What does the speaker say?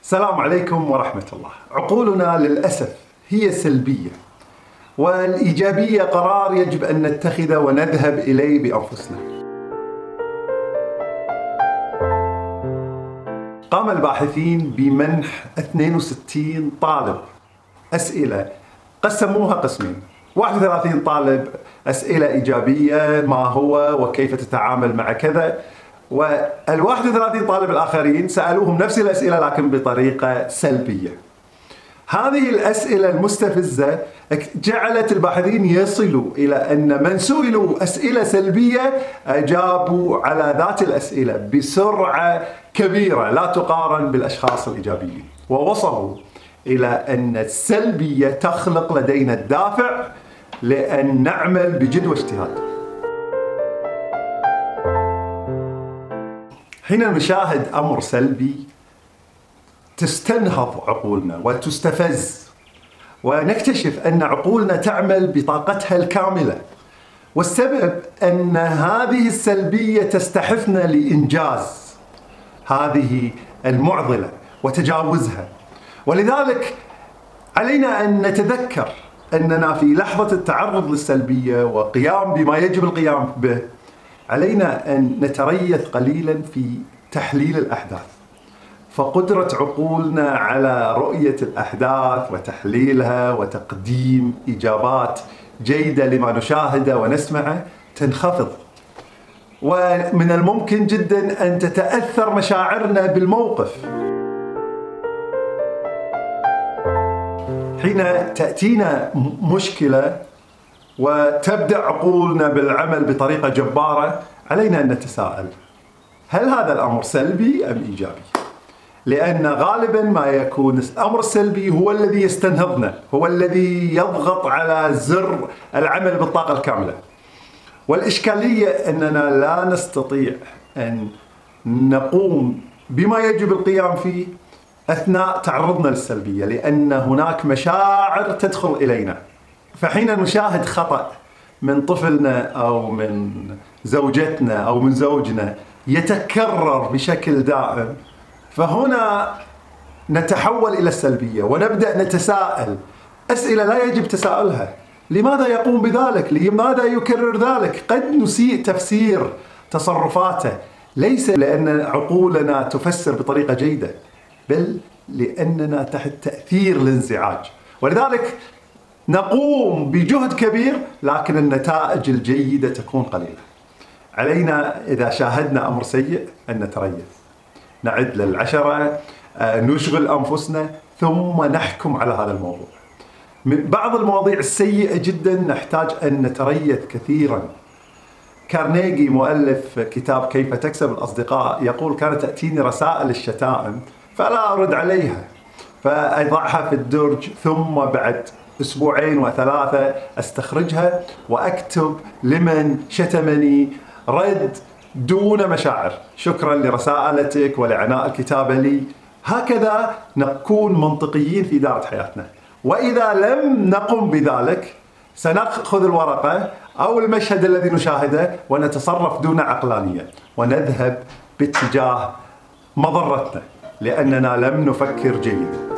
السلام عليكم ورحمة الله. عقولنا للأسف هي سلبية، والإيجابية قرار يجب أن نتخذه ونذهب إليه بأنفسنا. قام الباحثين بمنح 62 طالب أسئلة قسموها قسمين. 31 طالب أسئلة إيجابية، ما هو وكيف تتعامل مع كذا، وال31 طالب الآخرين سألوهم نفس الأسئلة لكن بطريقة سلبية. هذه الأسئلة المستفزة جعلت الباحثين يصلوا إلى أن من سئلوا أسئلة سلبية أجابوا على ذات الأسئلة بسرعة كبيرة لا تقارن بالأشخاص الإيجابيين، ووصلوا إلى أن السلبية تخلق لدينا الدافع لأن نعمل بجد واجتهاد. حين نشاهد أمر سلبي تستنهض عقولنا وتستفز، ونكتشف أن عقولنا تعمل بطاقتها الكاملة، والسبب أن هذه السلبية تستحثنا لإنجاز هذه المعضلة وتجاوزها. ولذلك علينا أن نتذكر أننا في لحظة التعرض للسلبية وقيام بما يجب القيام به علينا أن نتريث قليلا في تحليل الأحداث. فقدرة عقولنا على رؤية الأحداث وتحليلها وتقديم إجابات جيدة لما نشاهده ونسمعه تنخفض، ومن الممكن جدا أن تتأثر مشاعرنا بالموقف. حين تأتينا مشكلة وتبدأ عقولنا بالعمل بطريقة جبارة علينا أن نتساءل: هل هذا الأمر سلبي أم إيجابي؟ لأن غالبا ما يكون الأمر السلبي هو الذي يستنهضنا، هو الذي يضغط على زر العمل بالطاقة الكاملة. والإشكالية أننا لا نستطيع أن نقوم بما يجب القيام فيه أثناء تعرضنا للسلبية، لأن هناك مشاعر تدخل إلينا. فحين نشاهد خطأ من طفلنا أو من زوجتنا أو من زوجنا يتكرر بشكل دائم، فهنا نتحول إلى السلبية ونبدأ نتساءل أسئلة لا يجب تساؤلها. لماذا يقوم بذلك؟ لماذا يكرر ذلك؟ قد نسيء تفسير تصرفاته، ليس لأن عقولنا تفسر بطريقة جيدة، بل لأننا تحت تأثير الانزعاج. ولذلك نقوم بجهد كبير لكن النتائج الجيدة تكون قليلة. علينا إذا شاهدنا أمر سيء أن نتريث، نعد للعشرة، نشغل أنفسنا ثم نحكم على هذا الموضوع. من بعض المواضيع السيئة جدا نحتاج أن نتريث كثيرا. كارنيغي مؤلف كتاب كيف تكسب الأصدقاء يقول: كانت تأتيني رسائل الشتائم فلا أرد عليها، فأضعها في الدرج، ثم بعد أسبوعين وثلاثة أستخرجها وأكتب لمن شتمني رد دون مشاعر: شكرا لرسالتك ولعناء الكتابة لي. هكذا نكون منطقيين في إدارة حياتنا. وإذا لم نقم بذلك سنأخذ الورقة أو المشهد الذي نشاهده ونتصرف دون عقلانية ونذهب باتجاه مضرتنا لأننا لم نفكر جيدا.